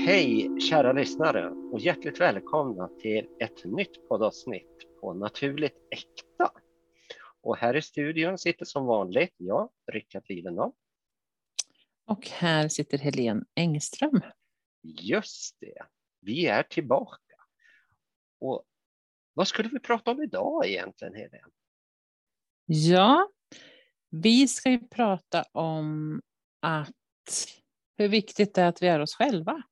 Hej kära lyssnare och hjärtligt välkomna till ett nytt poddavsnitt på Naturligt Äkta. Och här i studion sitter som vanligt jag, Rickard Livendahl. Och här sitter Helene Engström. Just det, vi är tillbaka. Och vad skulle vi prata om idag egentligen, Helene? Ja, vi ska ju prata om hur viktigt det är att vi är oss själva.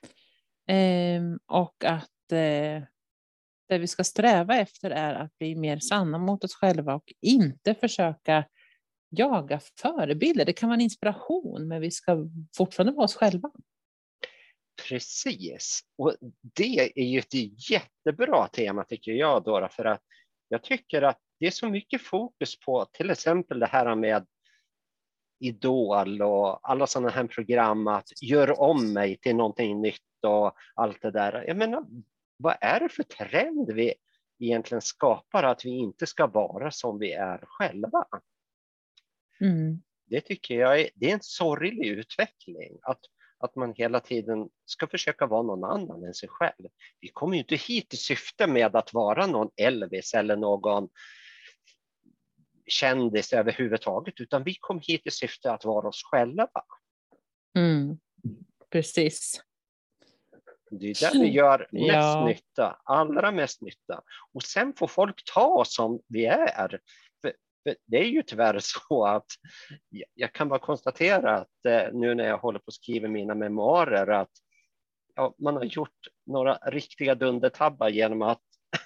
Och att det vi ska sträva efter är att bli mer sanna mot oss själva och inte försöka jaga förebilder. Det kan vara en inspiration, men vi ska fortfarande vara oss själva. Precis, och det är ju ett jättebra tema tycker jag då, för att jag tycker att det är så mycket fokus på till exempel det här med Idol och alla sådana här program att göra om mig till någonting nytt och allt det där. Jag menar, vad är det för trend vi egentligen skapar att vi inte ska vara som vi är själva? Det tycker jag det är en sorglig utveckling att man hela tiden ska försöka vara någon annan än sig själv. Vi kommer ju inte hit i syfte med att vara någon Elvis eller någon kändis överhuvudtaget, utan vi kom hit i syfte att vara oss själva. Precis. Det är där vi gör mest nytta, allra mest nytta. Och sen får folk ta oss som vi är. För det är ju tyvärr så att jag kan bara konstatera att nu när jag håller på att skriva mina memoarer att man har gjort några riktiga dundertabbar genom att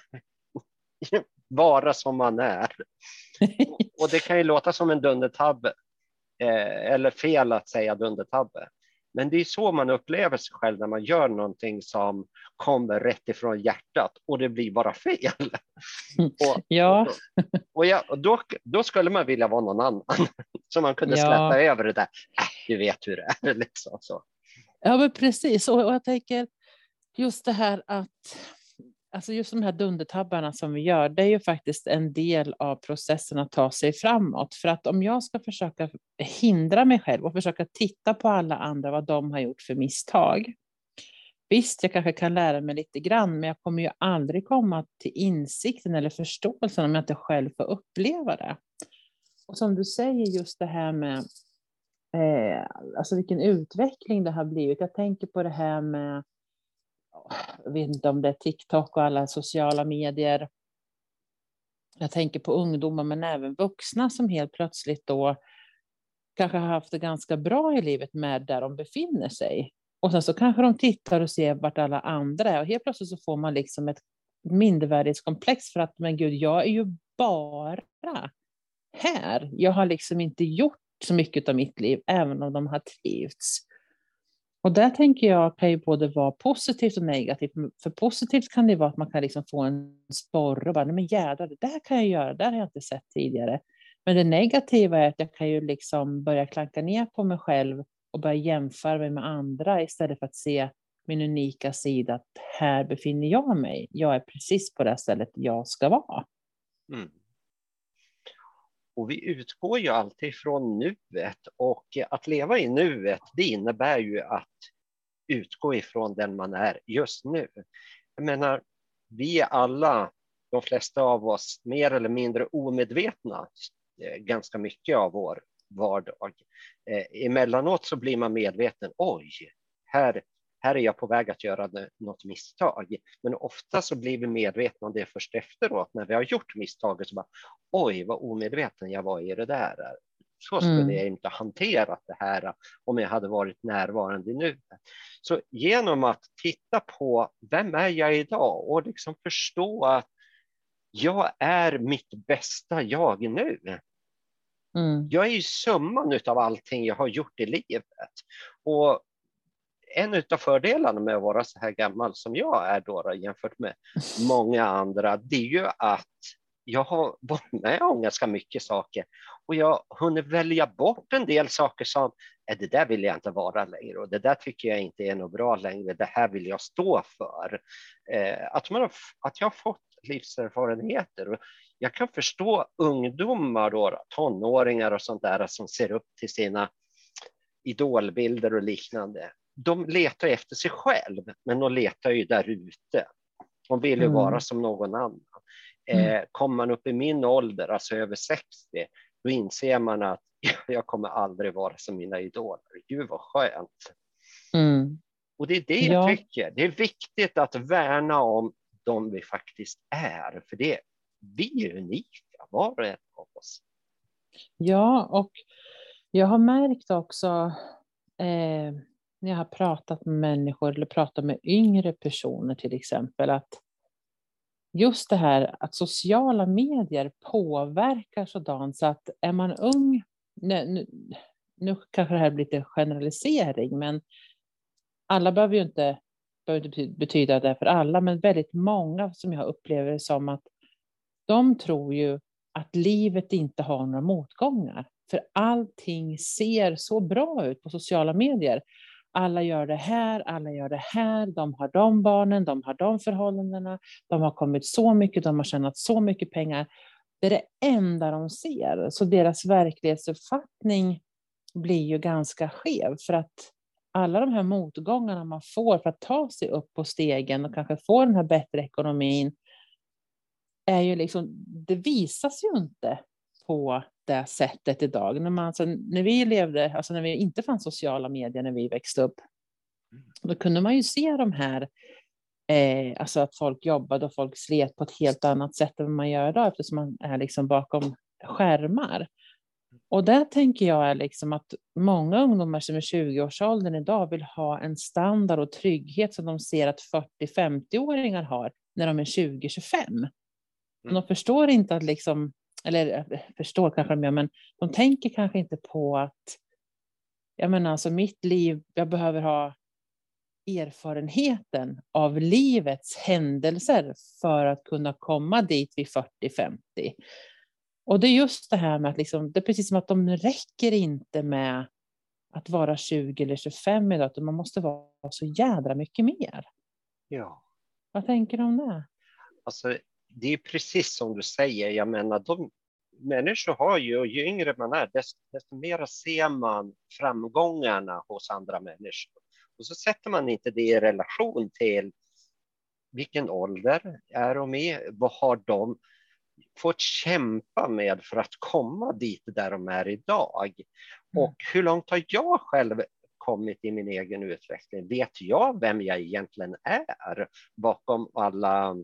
vara som man är. Och det kan ju låta som en dundertabbe eller fel att säga dundertabbe. Men det är så man upplever sig själv när man gör någonting som kommer rätt ifrån hjärtat och det blir bara fel. Och då skulle man vilja vara någon annan så man kunde släppa över det där. Du vet hur det är liksom så. Ja, men precis. Och jag tänker just det här att alltså just de här dundertabbarna som vi gör, det är ju faktiskt en del av processen att ta sig framåt. För att om jag ska försöka hindra mig själv och försöka titta på alla andra vad de har gjort för misstag. Visst, jag kanske kan lära mig lite grann, men jag kommer ju aldrig komma till insikten eller förståelsen om jag inte själv får uppleva det. Och som du säger, just det här med alltså vilken utveckling det har blivit. Jag tänker på det här med, jag vet inte om det är TikTok och alla sociala medier. Jag tänker på ungdomar men även vuxna som helt plötsligt då kanske har haft det ganska bra i livet med där de befinner sig. Och sen så kanske de tittar och ser vart alla andra är. Och helt plötsligt så får man liksom ett mindervärdighetskomplex för att men gud, jag är ju bara här. Jag har liksom inte gjort så mycket av mitt liv även om de har trivts. Och där tänker jag kan ju både vara positivt och negativt. För positivt kan det vara att man kan liksom få en sporre och bara, nej men jävlar, det där kan jag göra, det har jag inte sett tidigare. Men det negativa är att jag kan ju liksom börja klanka ner på mig själv och börja jämföra mig med andra istället för att se min unika sida, att här befinner jag mig. Jag är precis på det stället jag ska vara. Och vi utgår ju alltid från nuet, och att leva i nuet det innebär ju att utgå ifrån den man är just nu. Jag menar, vi är alla, de flesta av oss, mer eller mindre omedvetna ganska mycket av vår vardag. Emellanåt så blir man medveten, oj, här är jag på väg att göra något misstag. Men ofta så blir vi medvetna om det först efteråt när vi har gjort misstaget. Så bara, oj, vad omedveten jag var i det där. Så skulle jag inte hanterat det här om jag hade varit närvarande nu. Så genom att titta på vem är jag idag och liksom förstå att jag är mitt bästa jag nu. Jag är ju summan av allting jag har gjort i livet. Och en av fördelarna med att vara så här gammal som jag är då jämfört med många andra, det är ju att jag har varit med om ganska mycket saker och jag har hunnit välja bort en del saker som det där vill jag inte vara längre och det där tycker jag inte är något bra längre, det här vill jag stå för. Att jag har fått livserfarenheter och jag kan förstå ungdomar då, tonåringar och sånt där som ser upp till sina idolbilder och liknande. de letar efter sig själv, men de letar ju där ute. De vill ju vara som någon annan. Kommer man upp i min ålder, alltså över 60, då inser man att jag kommer aldrig vara som mina idoler. Gud vad skönt. Och det är det jag tycker. Det är viktigt att värna om de vi faktiskt är. För vi är unika, var och en av oss. Ja, och jag har märkt också när jag har pratat med människor eller pratat med yngre personer till exempel, att just det här att sociala medier påverkar sådant så att är man ung, nu kanske det här blir lite generalisering, men alla behöver inte betyda det för alla, men väldigt många som jag upplever det som att de tror ju att livet inte har några motgångar. För allting ser så bra ut på sociala medier. Alla gör det här, alla gör det här. De har de barnen, de har de förhållandena. De har kommit så mycket, de har tjänat så mycket pengar. Det är det enda de ser. Så deras verklighetsuppfattning blir ju ganska skev. För att alla de här motgångarna man får för att ta sig upp på stegen och kanske få den här bättre ekonomin är ju liksom, det visas ju inte på det sättet idag. När vi levde, alltså när vi inte fanns sociala medier när vi växte upp, då kunde man ju se de här, alltså att folk jobbade och folk slet på ett helt annat sätt än man gör idag, eftersom man är liksom bakom skärmar. Och där tänker jag är liksom att många ungdomar som är 20-årsåldern idag vill ha en standard och trygghet som de ser att 40-50-åringar har när de är 20-25. De förstår inte att liksom, eller förstår kanske de, men de tänker kanske inte på att, jag menar alltså mitt liv, jag behöver ha erfarenheten av livets händelser för att kunna komma dit vid 40-50. Och det är just det här med att liksom, det är precis som att de räcker inte med att vara 20 eller 25 idag, utan man måste vara så jädra mycket mer. Ja. Vad tänker du om det? Alltså, det är precis som du säger. Jag menar, människor har ju yngre man är, desto mer ser man framgångarna hos andra människor. Och så sätter man inte det i relation till vilken ålder är de i, vad har de fått kämpa med för att komma dit där de är idag. Och hur långt har jag själv kommit i min egen utveckling? Vet jag vem jag egentligen är bakom alla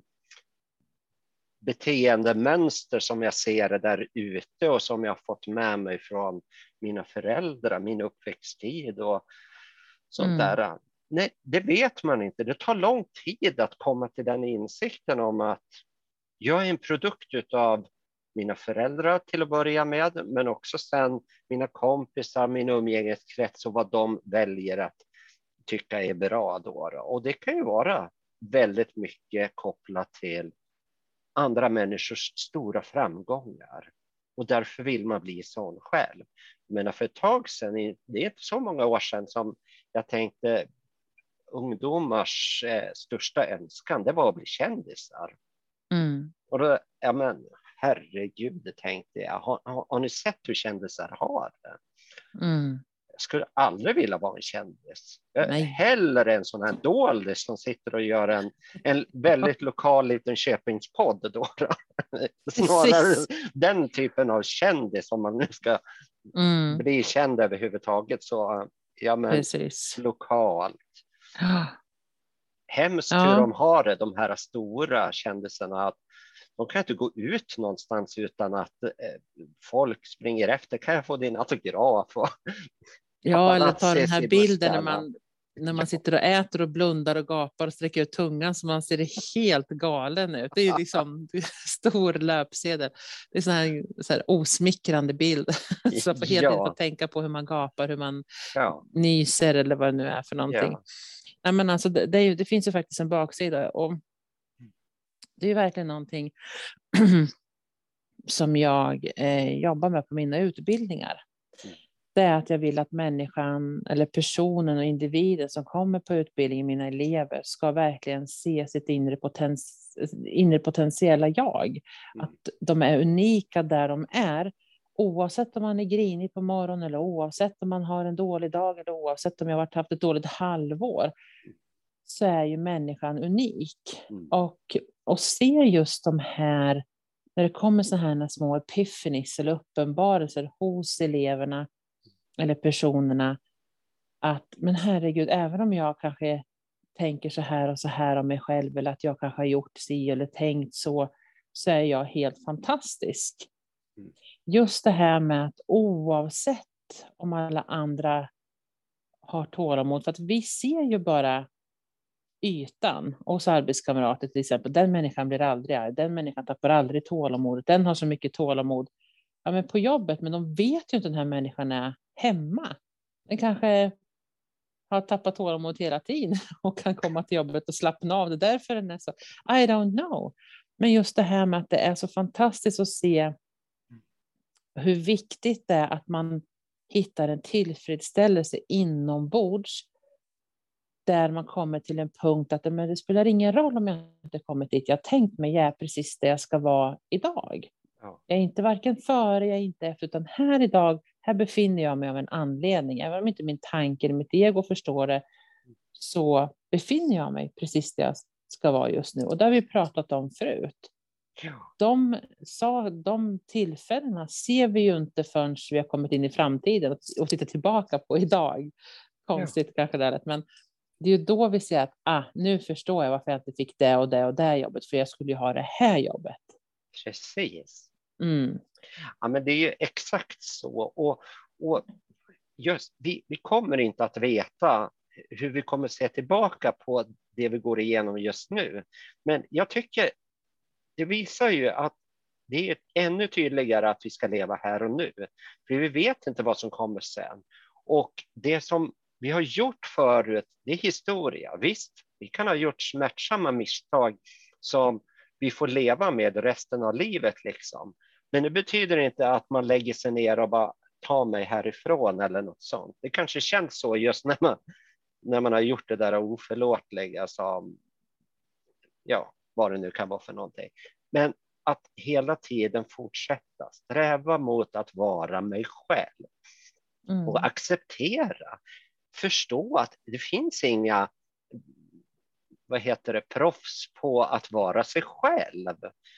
beteendemönster som jag ser där ute och som jag har fått med mig från mina föräldrar, min uppväxttid och sånt där. Nej, det vet man inte. Det tar lång tid att komma till den insikten om att jag är en produkt av mina föräldrar till att börja med, men också sen mina kompisar, min umgängeskrets och vad de väljer att tycka är bra då. Och det kan ju vara väldigt mycket kopplat till andra människors stora framgångar. Och därför vill man bli sån själv. Men för ett tag sedan, det är inte så många år sedan som jag tänkte ungdomars största önskan, det var att bli kändisar. Och då, ja men herregud, tänkte jag, har ni sett hur kändisar har det? Jag skulle aldrig vilja vara en kändis. Hellre en sån här doldis som sitter och gör en väldigt lokal liten Köpingspodd då. Snarare den typen av kändis, om man nu ska bli känd överhuvudtaget, så ja men lokalt. Hemskt hur de har det, de här stora kändisarna, att de kan inte gå ut någonstans utan att folk springer efter. Kan jag få din autograf? Ja, eller ta den här bilden när man sitter och äter och blundar och gapar och sträcker ut tungan så man ser helt galen ut. Det är ju liksom stor löpsedel. Det är så här osmickrande bild. Så får helt inte tänka på hur man gapar, hur man nyser eller vad det nu är för någonting. Ja. Nej, men alltså, det finns ju faktiskt en baksida, och det är ju verkligen någonting som jag jobbar med på mina utbildningar. Det är att jag vill att människan eller personen och individen som kommer på utbildningen, mina elever, ska verkligen se sitt inre potentiella jag. Att de är unika där de är, oavsett om man är grinig på morgonen eller oavsett om man har en dålig dag eller oavsett om jag har haft ett dåligt halvår, så är ju människan unik. Och se just de här, när det kommer så här små epiphanies eller uppenbarelser hos eleverna eller personerna, att men herregud, även om jag kanske tänker så här om mig själv, eller att jag kanske har gjort si eller tänkt så är jag helt fantastisk. Just det här med att oavsett om alla andra har tålamod, för att vi ser ju bara ytan hos arbetskamrater till exempel. Den människan blir aldrig arg, den människan tappar aldrig tålamodet, den har så mycket tålamod. Ja, men på jobbet, men de vet ju inte den här människan är hemma. Den kanske har tappat tålamod hela tiden och kan komma till jobbet och slappna av. Det därför den är så, I don't know. Men just det här med att det är så fantastiskt att se hur viktigt det är att man hittar en tillfredsställelse inombords, där man kommer till en punkt att men det spelar ingen roll om jag inte kommit dit. Jag har tänkt mig, jag är precis där jag ska vara idag. Ja. Jag är inte varken före, jag är inte efter, utan här idag, här befinner jag mig av en anledning. Även om inte min tanke eller mitt ego förstår det, så befinner jag mig precis där jag ska vara just nu. Och det har vi pratat om förut. Ja. De tillfällena ser vi ju inte förrän vi har kommit in i framtiden och tittar tillbaka på idag. Konstigt kanske det är, men det är ju då vi ser att nu förstår jag varför jag inte fick det och det och det jobbet, för jag skulle ju ha det här jobbet. Precis. Ja, men det är ju exakt så. Och just, vi kommer inte att veta hur vi kommer se tillbaka på det vi går igenom just nu. Men jag tycker det visar ju att det är ännu tydligare att vi ska leva här och nu. För vi vet inte vad som kommer sen. Och det som vi har gjort förut, det är historia. Visst, vi kan ha gjort smärtsamma misstag som vi får leva med resten av livet liksom. Men det betyder inte att man lägger sig ner och bara tar mig härifrån eller något sånt. Det kanske känns så just när man har gjort det där oförlåtliga som, ja, vad det nu kan vara för någonting. Men att hela tiden fortsätta sträva mot att vara mig själv. Och acceptera, förstå att det finns inga proffs på att vara sig själv.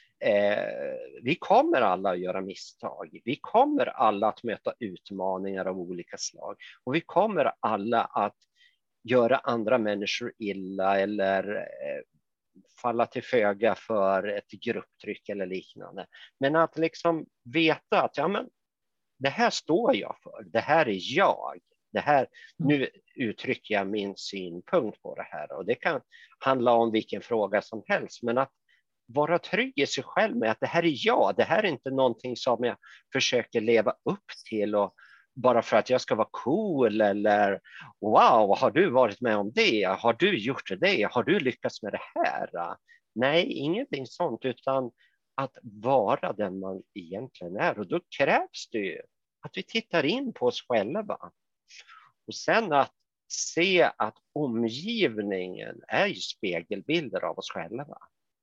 Vi kommer alla att göra misstag. Vi kommer alla att möta utmaningar av olika slag. Och vi kommer alla att göra andra människor illa eller falla till föga för ett grupptryck eller liknande. Men att liksom veta att det här står jag för. Det här är jag. Nu uttrycker jag min synpunkt på det här. Och det kan handla om vilken fråga som helst. Men att vara trygg i sig själv med att det här är jag. Det här är inte någonting som jag försöker leva upp till. Och bara för att jag ska vara cool eller wow, har du varit med om det? Har du gjort det? Har du lyckats med det här? Nej, ingenting sånt, utan att vara den man egentligen är. Och då krävs det ju att vi tittar in på oss själva. Och sen att se att omgivningen är ju spegelbilder av oss själva.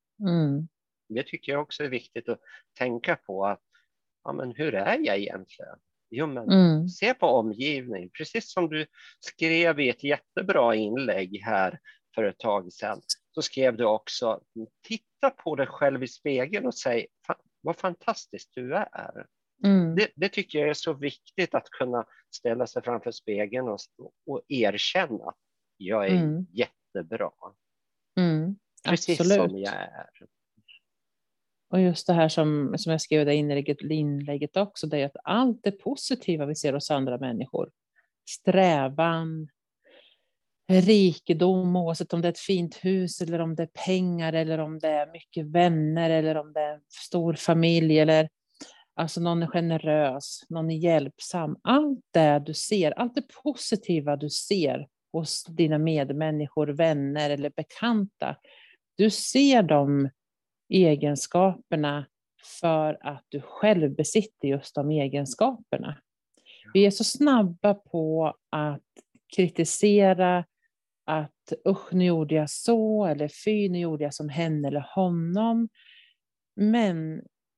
Det tycker jag också är viktigt att tänka på. Att, men hur är jag egentligen? Jo, men se på omgivning. Precis som du skrev i ett jättebra inlägg här för ett tag sedan. Så skrev du också, titta på dig själv i spegeln och säg, vad fantastiskt du är. Det tycker jag är så viktigt, att kunna ställa sig framför spegeln och erkänna att jag är jättebra. Precis absolut. som jag är. Och just det här som jag skrev i inlägget också, det är att allt det positiva vi ser hos andra människor, strävan, rikedom, oavsett om det är ett fint hus eller om det är pengar eller om det är mycket vänner eller om det är en stor familj eller alltså någon är generös, någon är hjälpsam. Allt det du ser, allt det positiva du ser hos dina medmänniskor, vänner eller bekanta. Du ser de egenskaperna för att du själv besitter just de egenskaperna. Vi är så snabba på att kritisera, att nu gjorde jag så, eller fy, nu gjorde jag som henne eller honom. Men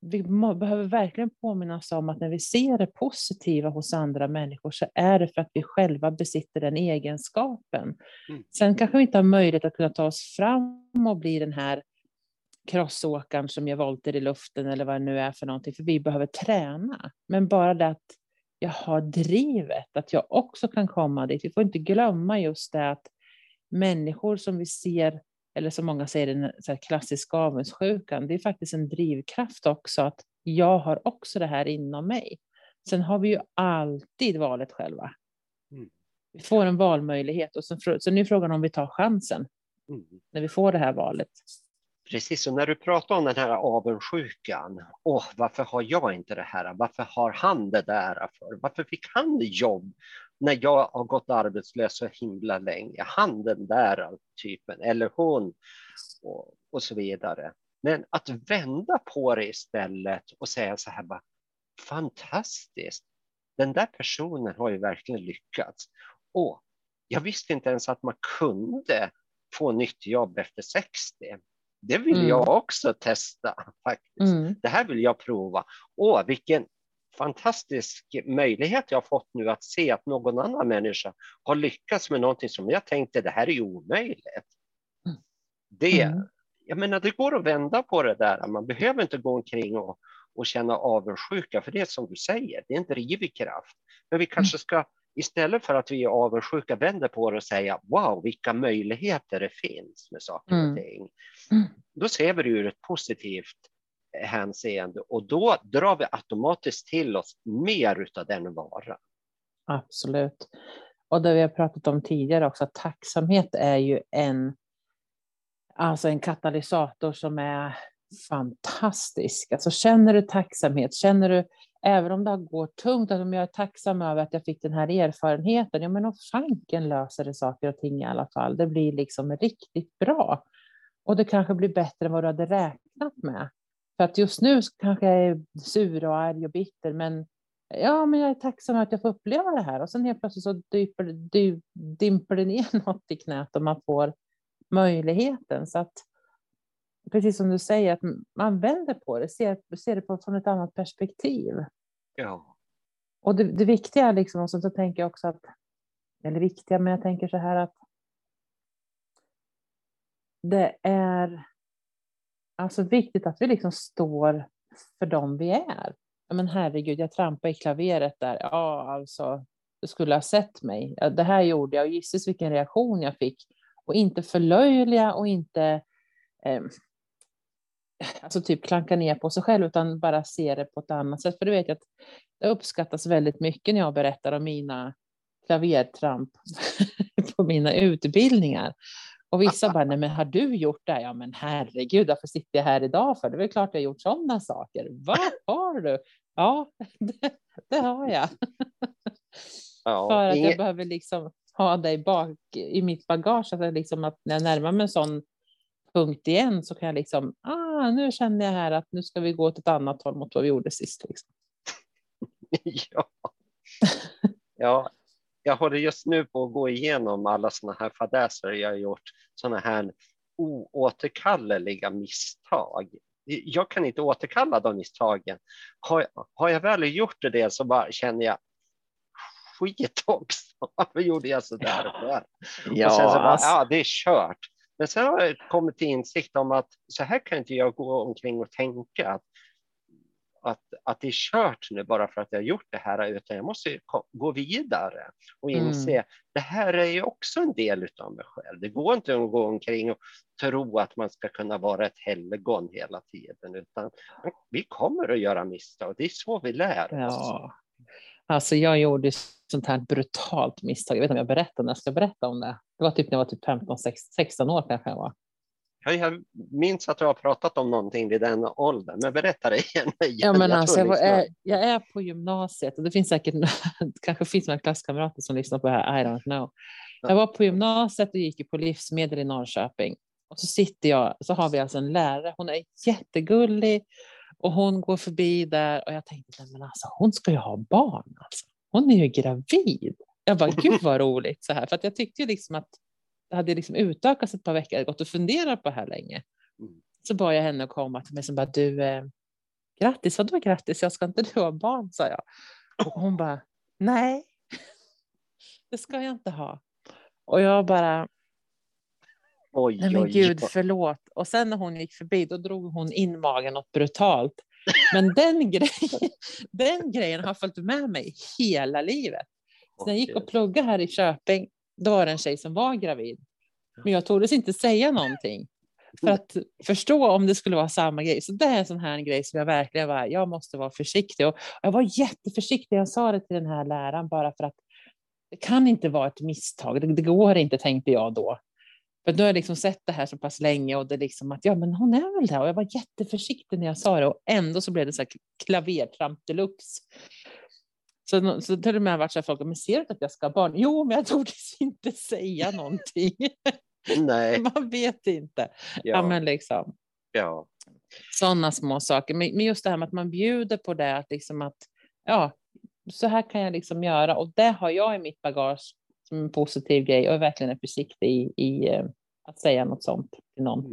vi behöver verkligen påminna oss om att när vi ser det positiva hos andra människor så är det för att vi själva besitter den egenskapen. Sen kanske vi inte har möjlighet att kunna ta oss fram och bli den här crossåkaren som gör volter i luften eller vad det nu är för någonting, för vi behöver träna. Men bara det att jag har drivet, att jag också kan komma dit. Vi får inte glömma just det att människor som vi ser, eller som många säger, den så här klassiska avundsjukan, det är faktiskt en drivkraft också, att jag har också det här inom mig. Sen har vi ju alltid valet själva. Vi får en valmöjlighet och så nu är frågan om vi tar chansen när vi får det här valet. Precis, och när du pratar om den här avundsjukan, varför har jag inte det här? Varför har han det där för? Varför fick han jobb när jag har gått arbetslös så himla länge? Han den där typen, eller hon och så vidare. Men att vända på det istället och säga så här bara, fantastiskt, den där personen har ju verkligen lyckats. Och jag visste inte ens att man kunde få nytt jobb efter 60. Det vill jag också testa faktiskt. Det här vill jag prova. Vilken fantastisk möjlighet jag har fått nu att se att någon annan människa har lyckats med någonting som jag tänkte, det här är omöjligt. Jag menar, det går att vända på det där. Man behöver inte gå omkring och känna avundsjuka, för det är som du säger, det är en drivkraft. Men vi kanske ska, istället för att vi är avundsjuka, vända på det och säga, wow, vilka möjligheter det finns med saker och ting. Då ser vi det ur ett positivt hänseende och då drar vi automatiskt till oss mer av den varan. Absolut. Och det vi har pratat om tidigare också, att tacksamhet är ju en katalysator som är fantastisk. Alltså känner du tacksamhet, känner du, även om det går tungt, att om jag är tacksam över att jag fick den här erfarenheten, ja men fanken löser det saker och ting i alla fall. Det blir liksom riktigt bra. Och det kanske blir bättre än vad du hade räknat med. För att just nu kanske jag är sur och arg och bitter, men jag är tacksam att jag får uppleva det här. Och sen helt plötsligt så dimper det ner något i knät och man får möjligheten. Så att, precis som du säger, att man vänder på det, ser det från ett annat perspektiv. Ja. Och det viktiga är liksom, och så tänker jag också att, eller viktiga, men jag tänker så här att det är alltså viktigt att vi liksom står för dem vi är. Men herregud, jag trampade i klaveret där. Ja, alltså, du skulle ha sett mig. Ja, det här gjorde jag och gissas vilken reaktion jag fick. Och inte förlöjliga och inte typ klanka ner på sig själv, utan bara se det på ett annat sätt. För du vet att det uppskattas väldigt mycket när jag berättar om mina klavertramp på mina utbildningar. Och vissa bara, nej men har du gjort det? Ja men herregud, varför sitter jag här idag för? Det är väl klart jag har gjort sådana saker. Vad har du? Ja, det har jag. Ja, för att jag behöver liksom ha dig bak i mitt bagage. Alltså liksom att när jag närmar mig en sån punkt igen så kan jag liksom, nu känner jag här att nu ska vi gå åt ett annat håll mot vad vi gjorde sist. Liksom. Ja. Jag håller just nu på att gå igenom alla såna här fadäser jag har gjort, såna här oåterkalleliga misstag. Jag kan inte återkalla de misstagen. Har jag väl gjort det så bara känner jag skit också. Varför gjorde jag så där för? Ja, och sen så bara, det är kört. Men sen har jag kommit till insikt om att så här kan inte jag gå omkring och tänka att det är kört nu bara för att jag har gjort det här, utan jag måste gå vidare och inse det här är ju också en del av mig själv. Det går inte att gå omkring och tro att man ska kunna vara ett helgon hela tiden, utan vi kommer att göra misstag. Det är så vi lär oss. Ja. Alltså jag gjorde sånt här brutalt misstag. Jag vet inte om jag berättar när jag ska berätta om det. Det var typ när jag var typ 15-16 år kanske jag var. Jag minns att du har pratat om någonting vid den åldern, men berätta det igen. Ja, men alltså, jag är på gymnasiet och det finns säkert, kanske finns några klasskamrater som lyssnar på det här, I don't know. Jag var på gymnasiet och gick på livsmedel i Norrköping. Och så sitter jag, så har vi alltså en lärare, hon är jättegullig och hon går förbi där och jag tänkte, men alltså hon ska ju ha barn alltså. Hon är ju gravid. Jag bara, gud vad roligt så här, för att jag tyckte ju liksom att det hade liksom utökats ett par veckor, jag hade gått och funderat på det här länge. Så bad jag henne att komma till mig som bara, du, grattis, vadå grattis? Jag ska inte du ha barn, sa jag. Och hon bara, nej, det ska jag inte ha. Och jag bara, Oj, nej men oj, gud, oj. förlåt. Och sen när hon gick förbi, då drog hon in magen något brutalt. Men den grejen har följt med mig hela livet. Så när jag gick och pluggade här i Köping, då var det en tjej som var gravid. Men jag tordes inte säga någonting. För att förstå om det skulle vara samma grej. Så det är en sån här grej som jag verkligen jag måste vara försiktig. Och jag var jätteförsiktig. Jag sa det till den här läraren bara för att det kan inte vara ett misstag. Det går inte, tänkte jag då. För nu har jag liksom sett det här så pass länge och det är liksom att ja, men hon är väl där. Och jag var jätteförsiktig när jag sa det och ändå så blev det så här klavertramp deluxe. Så till och med har varit så här folk, men ser du att jag ska ha barn? Jo, men jag tordes inte säga någonting. Nej. Man vet inte. Ja, men liksom. Ja. Sådana små saker. Men just det här med att man bjuder på det, att liksom att ja, så här kan jag liksom göra. Och det har jag i mitt bagage som en positiv grej och är verkligen försiktig i att säga något sånt till någon.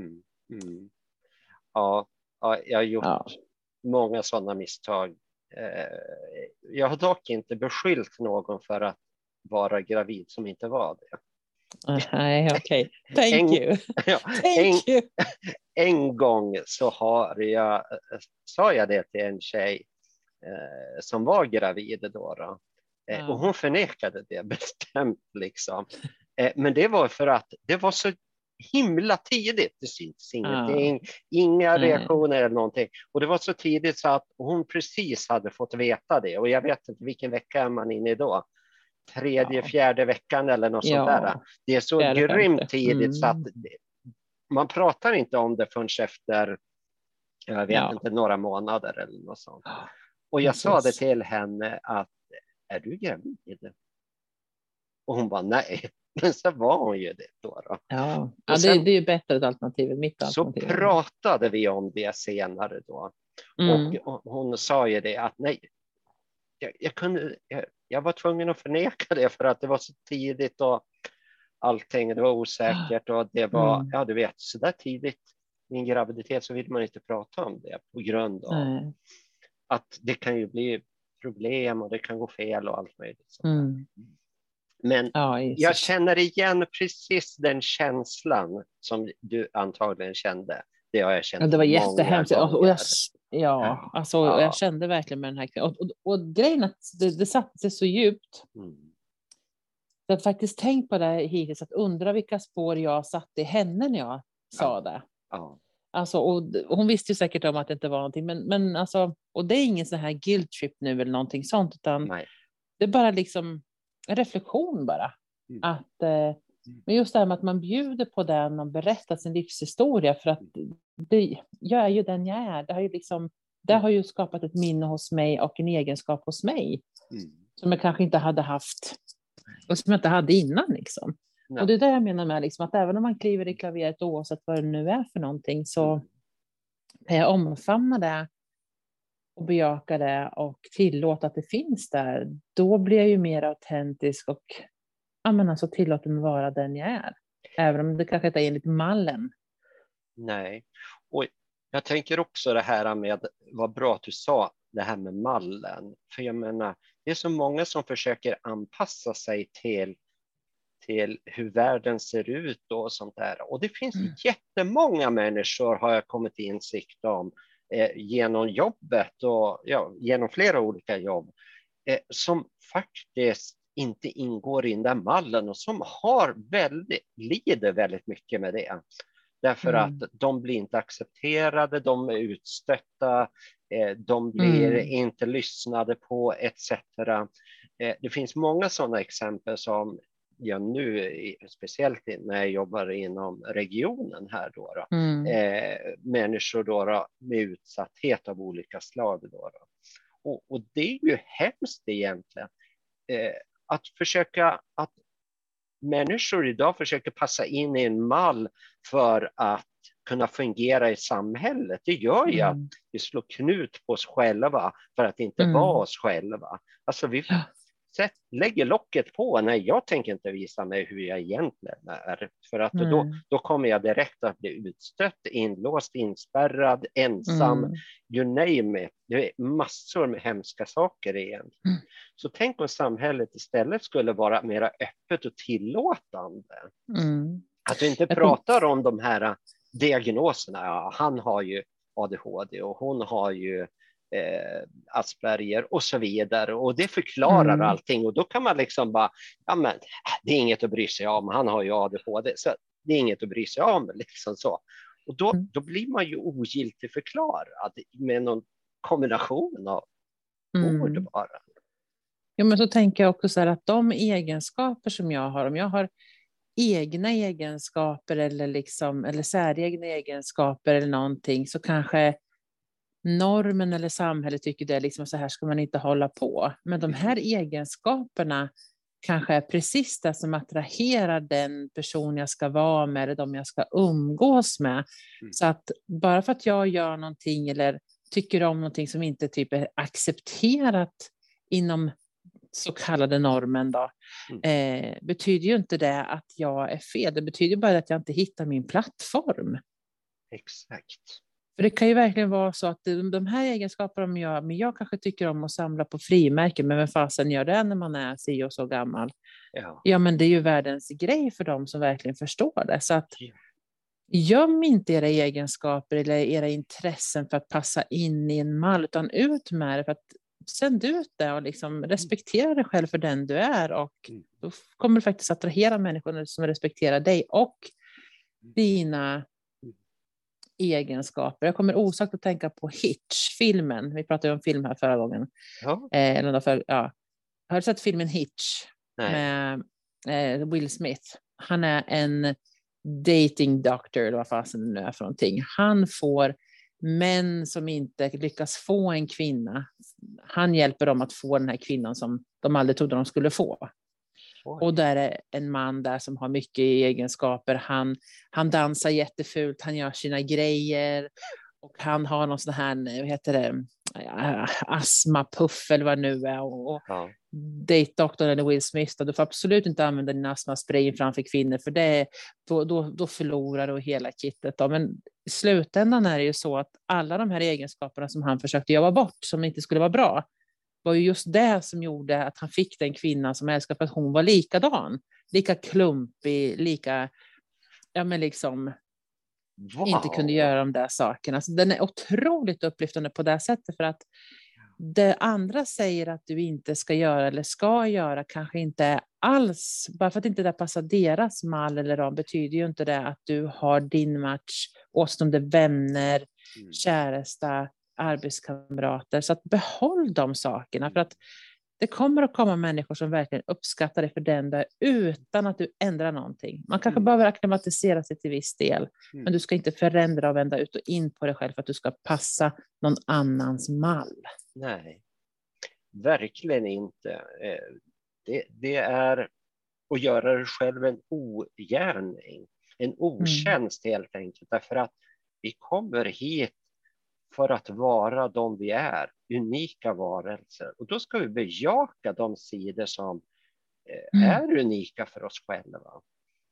Ja, jag har gjort många sådana misstag. Jag har dock inte beskyllt någon för att vara gravid som inte var det. Nej, okej. Thank you. Thank you. En gång så sa jag det till en tjej som var gravid då. Och hon förnekade det bestämt liksom. Men det var för att det var så himla tidigt. Det syns ingenting, inga reaktioner eller någonting. Och det var så tidigt så att hon precis hade fått veta det. Och jag vet inte vilken vecka är man inne i då. 3:e, 4:e veckan eller något sånt där. Det är så grymt tidigt så att man pratar inte om det förrän efter, jag vet inte, några månader eller något sånt. Och jag sa det till henne att, är du gravid? Och hon bara nej. Men så var hon ju det då. Ja, sen, det är ju bättre ett alternativ än mitt alternativ. Så pratade vi om det senare då. Och hon sa ju det att nej, jag var tvungen att förneka det för att det var så tidigt och allting, det var osäkert och det var, ja du vet, så där tidigt i en graviditet så vill man inte prata om det på grund av att det kan ju bli problem och det kan gå fel och allt möjligt. Men jag känner igen precis den känslan som du antagligen kände. Det har jag känt. Det var jättehemskt. Jag kände verkligen med den här. Och grejen att det satte sig så djupt. Jag har faktiskt tänkt på det hittills. Att undra vilka spår jag satte i henne när jag sa det. Alltså, och hon visste ju säkert om att det inte var någonting. Men alltså, och det är ingen sån här guilt trip nu eller någonting sånt. Utan det är bara liksom en reflektion bara. Att, men just det här med att man bjuder på den och berättar sin livshistoria. För att jag är ju den jag är. Det har ju skapat ett minne hos mig och en egenskap hos mig. Som jag kanske inte hade haft. Och som jag inte hade innan liksom. Och det är det jag menar med liksom, att även om man kliver i klaveret oavsett vad det nu är för någonting. Så kan jag omfamna det. Och bejaka det och tillåta att det finns där. Då blir jag ju mer autentisk och tillåter mig vara den jag är. Även om det kanske inte är enligt mallen. Nej. Och jag tänker också det här med, vad bra att du sa det här med mallen. För jag menar, det är så många som försöker anpassa sig till hur världen ser ut och sånt där. Och det finns jättemånga människor har jag kommit till insikt om genom jobbet och genom flera olika jobb som faktiskt inte ingår i den där mallen och som lider väldigt mycket med det. Därför att de blir inte accepterade, de är utstötta, de blir inte lyssnade på etc. Det finns många sådana exempel som jag nu, speciellt när jag jobbar inom regionen här då. Människor då med utsatthet av olika slag då. Och det är ju hemskt egentligen. Att människor idag försöker passa in i en mall för att kunna fungera i samhället. Det gör ju att vi slår knut på oss själva för att inte vara oss själva. Alltså lägger locket på. Nej, jag tänker inte visa mig hur jag egentligen är. För att då kommer jag direkt att bli utstött, inlåst, inspärrad, ensam, you name it. Det är massor med hemska saker egentligen. Så tänk om samhället istället skulle vara mer öppet och tillåtande. Att vi inte pratar om de här diagnoserna. Ja, han har ju ADHD och hon har ju Asperger och så vidare, och det förklarar allting, och då kan man liksom bara, ja men det är inget att bry sig om, han har ju ADHD, så det är inget att bry sig om liksom så, och då blir man ju ogiltigt förklarad med någon kombination av ord bara. Ja, men så tänker jag också så här att de egenskaper som jag har, om jag har egna egenskaper eller säregna egenskaper eller någonting, så kanske normen eller samhället tycker det liksom, så här ska man inte hålla på. Men de här egenskaperna kanske är precis det som attraherar den person jag ska vara med eller de jag ska umgås med. Så att bara för att jag gör någonting eller tycker om någonting som inte typ är accepterat inom så kallade normen då, betyder ju inte det att jag är fel. Det betyder bara att jag inte hittar min plattform. Exakt. För det kan ju verkligen vara så att de här egenskaperna men jag kanske tycker om att samla på frimärken, men vem fasen gör det när man är si och så gammal? Ja, men det är ju världens grej för dem som verkligen förstår det. Så att göm inte era egenskaper eller era intressen för att passa in i en mall, utan ut med det, för att sänd ut det och liksom respektera dig själv för den du är, och då kommer du faktiskt attrahera människor som respekterar dig och dina egenskaper. Jag kommer osökt att tänka på Hitch-filmen. Vi pratade om film här förra gången. Har du sett filmen Hitch? Nej. Med Will Smith? Han är en dating doctor, eller vad fasen nu är för någonting. Han får män som inte lyckas få en kvinna. Han hjälper dem att få den här kvinnan som de aldrig trodde de skulle få. Och där är en man där som har mycket egenskaper. Han dansar jättefult, han gör sina grejer. Och han har någon sån här, vad heter det, astmapuff eller vad det nu är. Och date-doktorn eller Will Smith, du får absolut inte använda din astmaspray framför kvinnor, för då förlorar du hela kittet. Då. Men i slutändan är det ju så att alla de här egenskaperna som han försökte jobba bort, som inte skulle vara bra, var ju just det som gjorde att han fick den kvinnan som älskade, för att hon var likadan. Lika klumpig, inte kunde göra de där sakerna. Så den är otroligt upplyftande på det sättet, för att det andra säger att du inte ska göra eller ska göra kanske inte alls, bara för att inte det passar deras mall eller de, betyder ju inte det att du har din match, åstående vänner, käresta, arbetskamrater. Så att behåll de sakerna, för att det kommer att komma människor som verkligen uppskattar dig för den där, utan att du ändrar någonting. Man kanske behöver akklimatisera sig till viss del, men du ska inte förändra och vända ut och in på dig själv för att du ska passa någon annans mall. Nej, verkligen inte. Det är att göra dig själv en ogärning, en otjänst helt enkelt, därför att vi kommer hit för att vara de vi är, unika varelser. Och då ska vi bejaka de sidor som är unika för oss själva.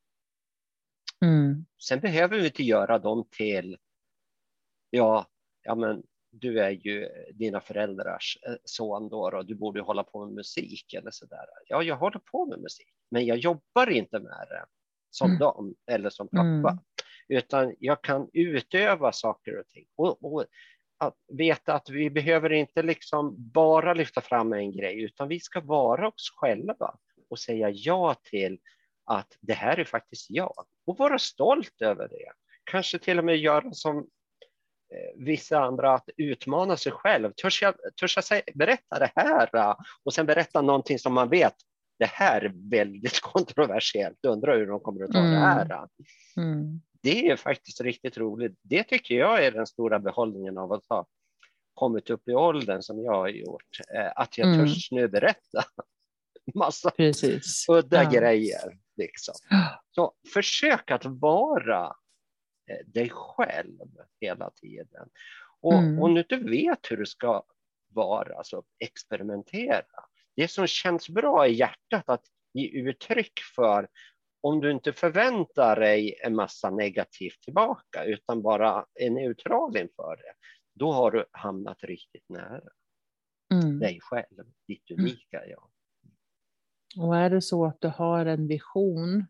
Sen behöver vi inte göra dem till, ja men du är ju dina föräldrars son då, och du borde hålla på med musik eller sådär. Ja, jag håller på med musik, men jag jobbar inte med det som dem eller som pappa. Utan jag kan utöva saker och ting. Och att veta att vi behöver inte liksom bara lyfta fram en grej, utan vi ska vara oss själva och säga ja till att det här är faktiskt jag. Och vara stolt över det. Kanske till och med göra som vissa andra, att utmana sig själv. Törs jag berätta det här och sen berätta någonting som man vet, det här är väldigt kontroversiellt. Undrar hur de kommer att ta det här. Det är faktiskt riktigt roligt. Det tycker jag är den stora behållningen av att ha kommit upp i åldern som jag har gjort. Att jag törs nu berätta massa udda grejer. Liksom. Så försök att vara dig själv hela tiden. Och om du inte vet hur du ska vara, så experimentera. det som känns bra i hjärtat att ge uttryck för, om du inte förväntar dig en massa negativt tillbaka utan bara är neutral inför det, då har du hamnat riktigt nära dig själv, ditt unika jag. Och är det så att du har en vision,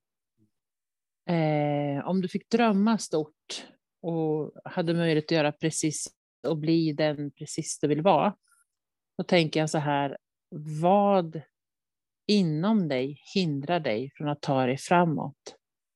om du fick drömma stort och hade möjlighet att göra precis och bli den precis du vill vara, då tänker jag så här, vad inom dig hindrar dig från att ta dig framåt?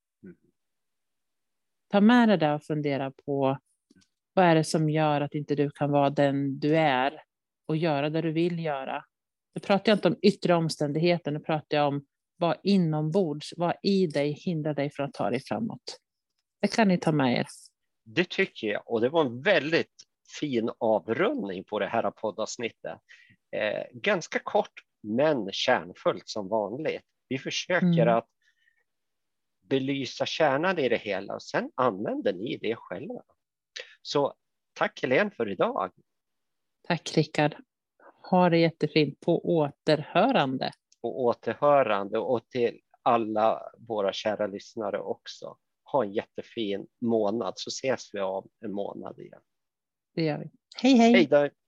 Ta med dig det och fundera på, vad är det som gör att inte du kan vara den du är och göra det du vill göra? Nu pratar jag inte om yttre omständigheter, nu pratar jag om vad inombords, vad i dig hindrar dig från att ta dig framåt. Det kan ni ta med er. Det tycker jag, och det var en väldigt fin avrundning på det här poddavsnittet. Ganska kort men kärnfullt som vanligt. Vi försöker att belysa kärnan i det hela och sen använder ni det själva. Så tack Helene för idag. Tack Rickard. Ha det jättefint, på återhörande. På återhörande, och till alla våra kära lyssnare också. Ha en jättefin månad, så ses vi om en månad igen. Det gör vi. Hej hej! Hej då!